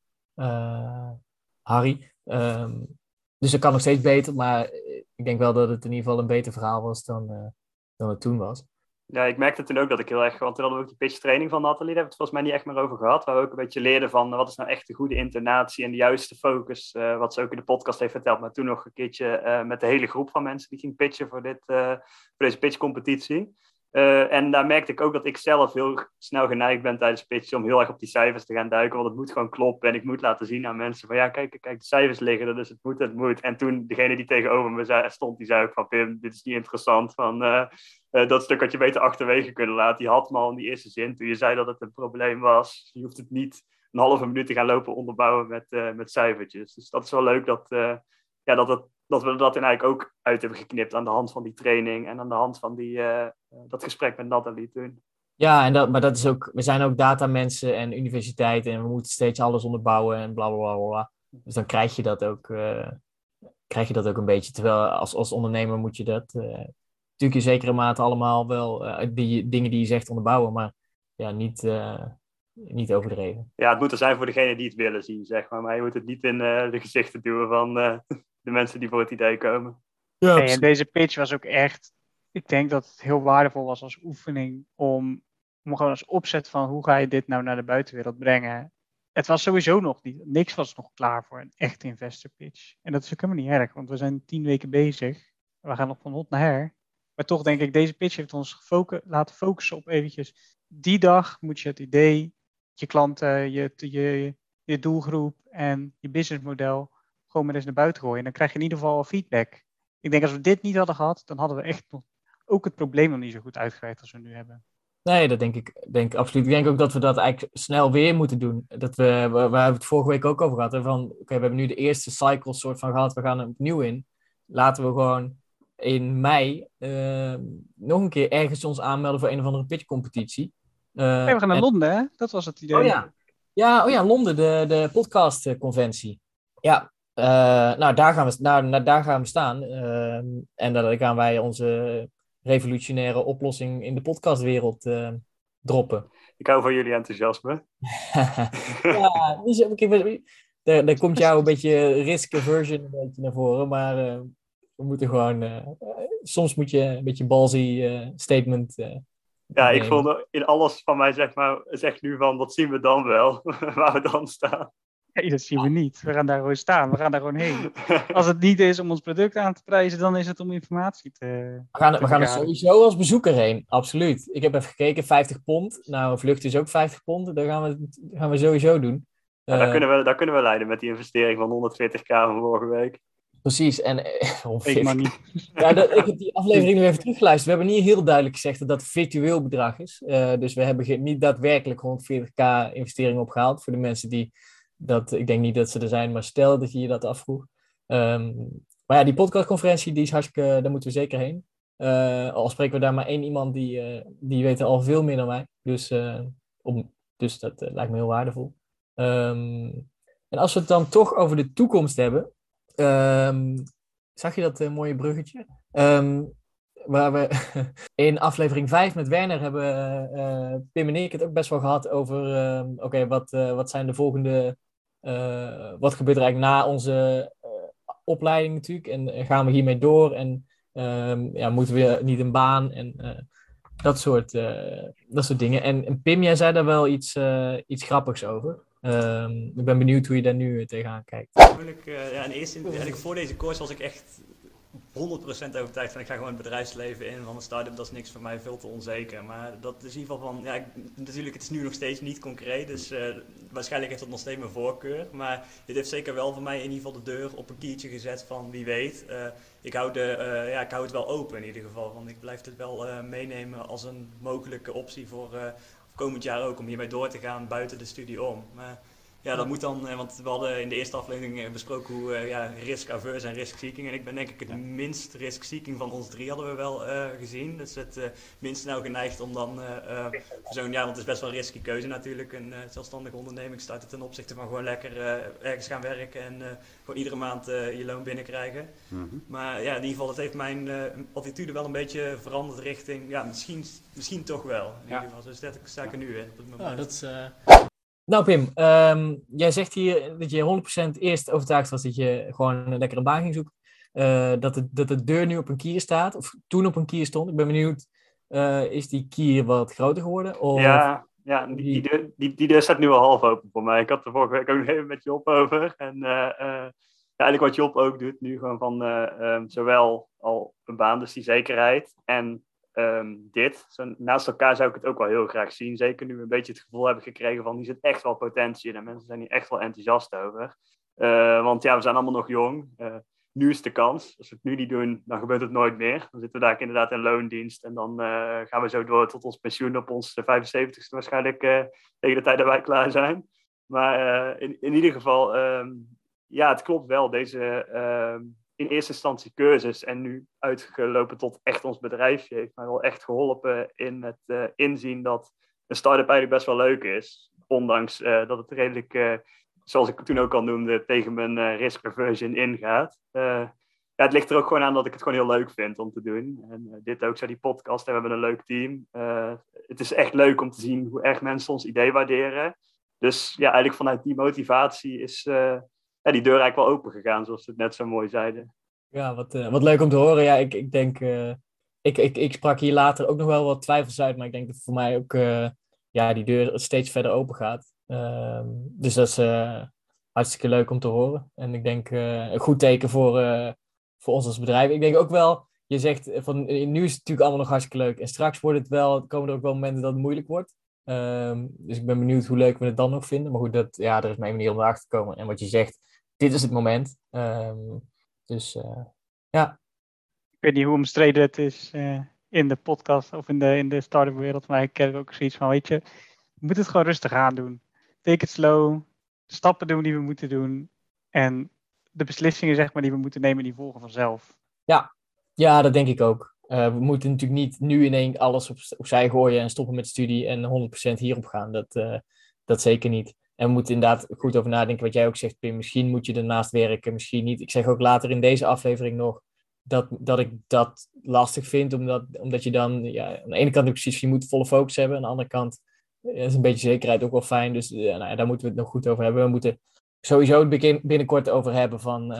Harry. Dus dat kan nog steeds beter, maar ik denk wel dat het in ieder geval een beter verhaal was dan het toen was. Ja, ik merkte toen ook dat ik heel erg... Want toen hadden we ook die pitch training van Nathalie. Daar hebben we het volgens mij niet echt meer over gehad. Waar we ook een beetje leerden van wat is nou echt de goede intonatie en de juiste focus. Wat ze ook in de podcast heeft verteld. Maar toen nog een keertje met de hele groep van mensen die ging pitchen voor deze pitchcompetitie. En daar merkte ik ook dat ik zelf heel snel geneigd ben tijdens pitchen om heel erg op die cijfers te gaan duiken. Want het moet gewoon kloppen. En ik moet laten zien aan mensen van ja, kijk, de cijfers liggen er, dus het moet. En toen degene die tegenover me stond, die zei ook van Pim, dit is niet interessant. Dat stuk had je beter achterwege kunnen laten. Die had me al in die eerste zin toen je zei dat het een probleem was. Je hoeft het niet een halve minuut te gaan lopen onderbouwen met cijfertjes. Dus dat is wel leuk dat we dat eigenlijk ook uit hebben geknipt aan de hand van die training en aan de hand van dat gesprek met Nathalie toen. Ja, maar dat is ook, we zijn ook datamensen en universiteiten en we moeten steeds alles onderbouwen en bla bla bla bla. Dus dan krijg je dat ook een beetje. Terwijl als ondernemer moet je dat natuurlijk in zekere mate allemaal wel die dingen die je zegt onderbouwen, maar ja, niet overdreven. Ja, het moet er zijn voor degenen die het willen zien, zeg maar. Maar je moet het niet in de gezichten duwen van de mensen die voor het idee komen. Ja, Nee, en deze pitch was ook echt... Ik denk dat het heel waardevol was als oefening om gewoon als opzet van hoe ga je dit nou naar de buitenwereld brengen. Het was sowieso nog niet... Niks was nog klaar voor een echte investor pitch. En dat is ook helemaal niet erg, want we zijn 10 weken bezig. We gaan nog van hot naar her. Maar toch denk ik, deze pitch heeft ons laten focussen op eventjes... Die dag moet je het idee, je klanten, je doelgroep en je businessmodel gewoon maar eens naar buiten gooien. En dan krijg je in ieder geval feedback. Ik denk als we dit niet hadden gehad, dan hadden we echt nog ook het probleem nog niet zo goed uitgewerkt als we nu hebben. Nee, dat denk ik absoluut. Ik denk ook dat we dat eigenlijk snel weer moeten doen. We hebben het vorige week ook over gehad. Hè, van, we hebben nu de eerste cycle soort van gehad. We gaan er opnieuw in. Laten we gewoon in mei nog een keer ergens ons aanmelden voor een of andere pitchcompetitie. We gaan naar Londen, hè? Dat was het idee. Oh ja, Londen, de podcastconventie. Ja, daar gaan we staan. En dan gaan wij onze revolutionaire oplossing in de podcastwereld droppen. Ik hou van jullie enthousiasme. Ja, daar komt jou een beetje risk aversion een beetje naar voren, maar we moeten gewoon... soms moet je een beetje ballsy statement... Ja, ik vond in alles van mij zeg nu van, wat zien we dan wel? Waar we dan staan. Nee, dat zien we niet. We gaan daar gewoon staan. We gaan daar gewoon heen. Als het niet is om ons product aan te prijzen, dan is het om informatie te... We gaan er sowieso als bezoeker heen. Absoluut. Ik heb even gekeken, 50 pond. Nou, een vlucht is ook 50 pond. Dat gaan we sowieso doen. Ja, daar kunnen we leiden met die investering van 140.000 van vorige week. Precies. En ik maar niet. Ja, ik heb die aflevering nog even teruggeluisterd. We hebben niet heel duidelijk gezegd dat dat virtueel bedrag is. Dus we hebben niet daadwerkelijk 140.000 investering opgehaald. Voor de mensen die dat... Ik denk niet dat ze er zijn, maar stel dat je je dat afvroeg. Maar ja, die podcastconferentie, die is hartstikke... Daar moeten we zeker heen. Al spreken we daar maar één iemand, die weet al veel meer dan wij. Dus dat lijkt me heel waardevol. En als we het dan toch over de toekomst hebben... zag je dat mooie bruggetje? Waar we in aflevering 5 met Werner hebben Pim en ik het ook best wel gehad over wat zijn de volgende... wat gebeurt er eigenlijk na onze opleiding natuurlijk? En gaan we hiermee door? En moeten we niet een baan? En dat soort dingen. En Pim, jij zei daar wel iets grappigs over. Ik ben benieuwd hoe je daar nu tegenaan kijkt. In eerste eigenlijk voor deze course was ik echt 100% overtuigd van ik ga gewoon het bedrijfsleven in, van een start-up, dat is niks voor mij, veel te onzeker. Maar dat is in ieder geval van, natuurlijk het is nu nog steeds niet concreet, dus waarschijnlijk heeft dat nog steeds mijn voorkeur. Maar dit heeft zeker wel voor mij in ieder geval de deur op een kiertje gezet van wie weet. Ik hou het wel open in ieder geval, want ik blijf het wel meenemen als een mogelijke optie voor komend jaar ook, om hiermee door te gaan buiten de studie om. Maar ja, dat moet dan, want we hadden in de eerste aflevering besproken hoe risk-averse en risk-seeking. En ik ben denk ik het minst risk-seeking van ons drie hadden we wel gezien. Dus het minst snel geneigd om dan want het is best wel een risky keuze natuurlijk. Een zelfstandige onderneming starten ten opzichte van gewoon lekker ergens gaan werken en gewoon iedere maand je loon binnenkrijgen. Mm-hmm. Maar ja, in ieder geval, dat heeft mijn attitude wel een beetje veranderd richting, misschien toch wel. In ieder geval, dus dat sta ik er nu in op het moment. Oh, dat is... Nou Pim, jij zegt hier dat je 100% eerst overtuigd was dat je gewoon een lekkere baan ging zoeken. Dat de deur nu op een kier staat, of toen op een kier stond. Ik ben benieuwd is die kier wat groter geworden? Of... Ja, die deur staat nu al half open voor mij. Ik had er vorige week ook nog even met Job over. En eigenlijk wat Job ook doet nu, gewoon van zowel al een baan, dus die zekerheid, en dit. Zo, naast elkaar zou ik het ook wel heel graag zien. Zeker nu we een beetje het gevoel hebben gekregen van, hier zit echt wel potentie in. En mensen zijn hier echt wel enthousiast over. Want ja, we zijn allemaal nog jong. Nu is de kans. Als we het nu niet doen, dan gebeurt het nooit meer. Dan zitten we daar inderdaad in loondienst. En dan gaan we zo door tot ons pensioen op ons 75ste waarschijnlijk tegen de tijd dat wij klaar zijn. Maar in ieder geval, ja, het klopt wel. Deze in eerste instantie cursus en nu uitgelopen tot echt ons bedrijfje heeft mij wel echt geholpen in het inzien dat een start-up eigenlijk best wel leuk is. Ondanks dat het redelijk... zoals ik het toen ook al noemde, tegen mijn risk aversion ingaat. Ja, het ligt er ook gewoon aan dat ik het gewoon heel leuk vind om te doen. En dit ook, zo die podcast, we hebben een leuk team. Het is echt leuk om te zien hoe erg mensen ons idee waarderen. Dus ja, eigenlijk vanuit die motivatie is die deur eigenlijk wel open gegaan, zoals we het net zo mooi zeiden. Ja, wat leuk om te horen. Ja, ik denk, ik sprak hier later ook nog wel wat twijfels uit, maar ik denk dat voor mij ook die deur steeds verder open gaat. Dus dat is hartstikke leuk om te horen. En ik denk een goed teken voor ons als bedrijf. Ik denk ook wel, je zegt van nu is het natuurlijk allemaal nog hartstikke leuk. En straks komen er ook wel momenten dat het moeilijk wordt. Dus ik ben benieuwd hoe leuk we het dan nog vinden. Maar goed, er is mijn manier om erachter te komen. En wat je zegt, dit is het moment. Dus ja. Ik weet niet hoe omstreden het is in de podcast of in de start-up wereld. Maar ik heb ook zoiets van, weet je, we moeten het gewoon rustig aan doen. Take it slow. De stappen doen die we moeten doen. En de beslissingen, zeg maar, die we moeten nemen, die volgen vanzelf. Ja, dat denk ik ook. We moeten natuurlijk niet nu in één alles opzij gooien en stoppen met de studie en 100% hierop gaan. Dat zeker niet. En we moeten inderdaad goed over nadenken wat jij ook zegt, Pim. Misschien moet je ernaast werken, misschien niet. Ik zeg ook later in deze aflevering nog dat ik dat lastig vind. Omdat je dan, ja, aan de ene kant ook precies, je moet volle focus hebben. Aan de andere kant is een beetje zekerheid ook wel fijn. Dus daar moeten we het nog goed over hebben. We moeten sowieso het binnenkort over hebben van...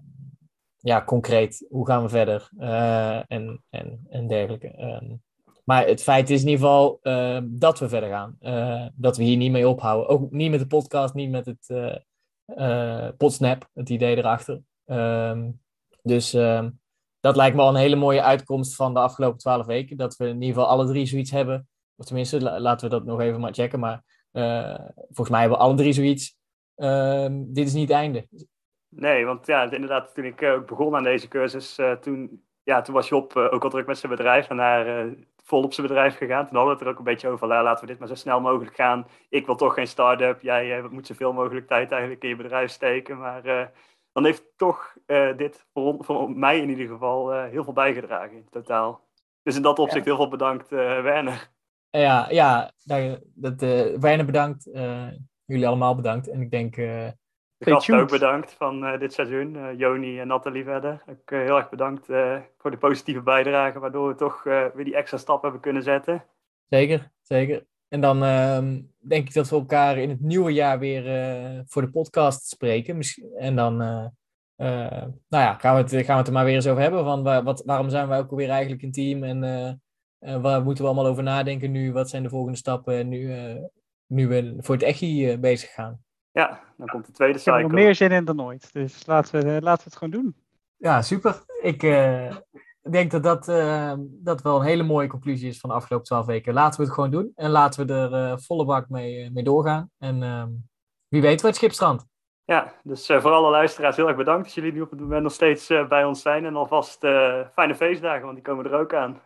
concreet, hoe gaan we verder en dergelijke. Maar het feit is in ieder geval dat we verder gaan. Dat we hier niet mee ophouden. Ook niet met de podcast, niet met het Podsnap, het idee erachter. Dus dat lijkt me al een hele mooie uitkomst van de afgelopen 12 weken. Dat we in ieder geval alle drie zoiets hebben. Of tenminste, laten we dat nog even maar checken. Maar volgens mij hebben we alle drie zoiets. Dit is niet het einde. Nee, want ja, inderdaad, toen ik ook begon aan deze cursus, toen was Job ook al druk met zijn bedrijf en daar vol op zijn bedrijf gegaan. Toen hadden we het er ook een beetje over, laten we dit maar zo snel mogelijk gaan. Ik wil toch geen start-up, jij moet zoveel mogelijk tijd eigenlijk in je bedrijf steken. Maar dan heeft toch dit voor mij in ieder geval heel veel bijgedragen in totaal. Dus in dat opzicht heel veel bedankt, Werner. Werner bedankt, jullie allemaal bedankt. En ik denk... De gasten ook bedankt van dit seizoen. Joni en Nathalie verder. Ook heel erg bedankt voor de positieve bijdrage, waardoor we toch weer die extra stap hebben kunnen zetten. Zeker. En dan denk ik dat we elkaar in het nieuwe jaar weer voor de podcast spreken. En dan gaan we het er maar weer eens over hebben. Van waarom zijn wij ook alweer eigenlijk een team? En waar moeten we allemaal over nadenken nu? Wat zijn de volgende stappen nu we voor het ECHI bezig gaan? Ja, dan komt de tweede cycle. Ik heb er meer zin in dan ooit, dus laten we het gewoon doen. Ja, super. Ik denk dat wel een hele mooie conclusie is van de afgelopen 12 weken. Laten we het gewoon doen en laten we er volle bak mee doorgaan. En wie weet waar het schip strandt. Ja, dus voor alle luisteraars heel erg bedankt dat jullie nu op het moment nog steeds bij ons zijn. En alvast fijne feestdagen, want die komen er ook aan.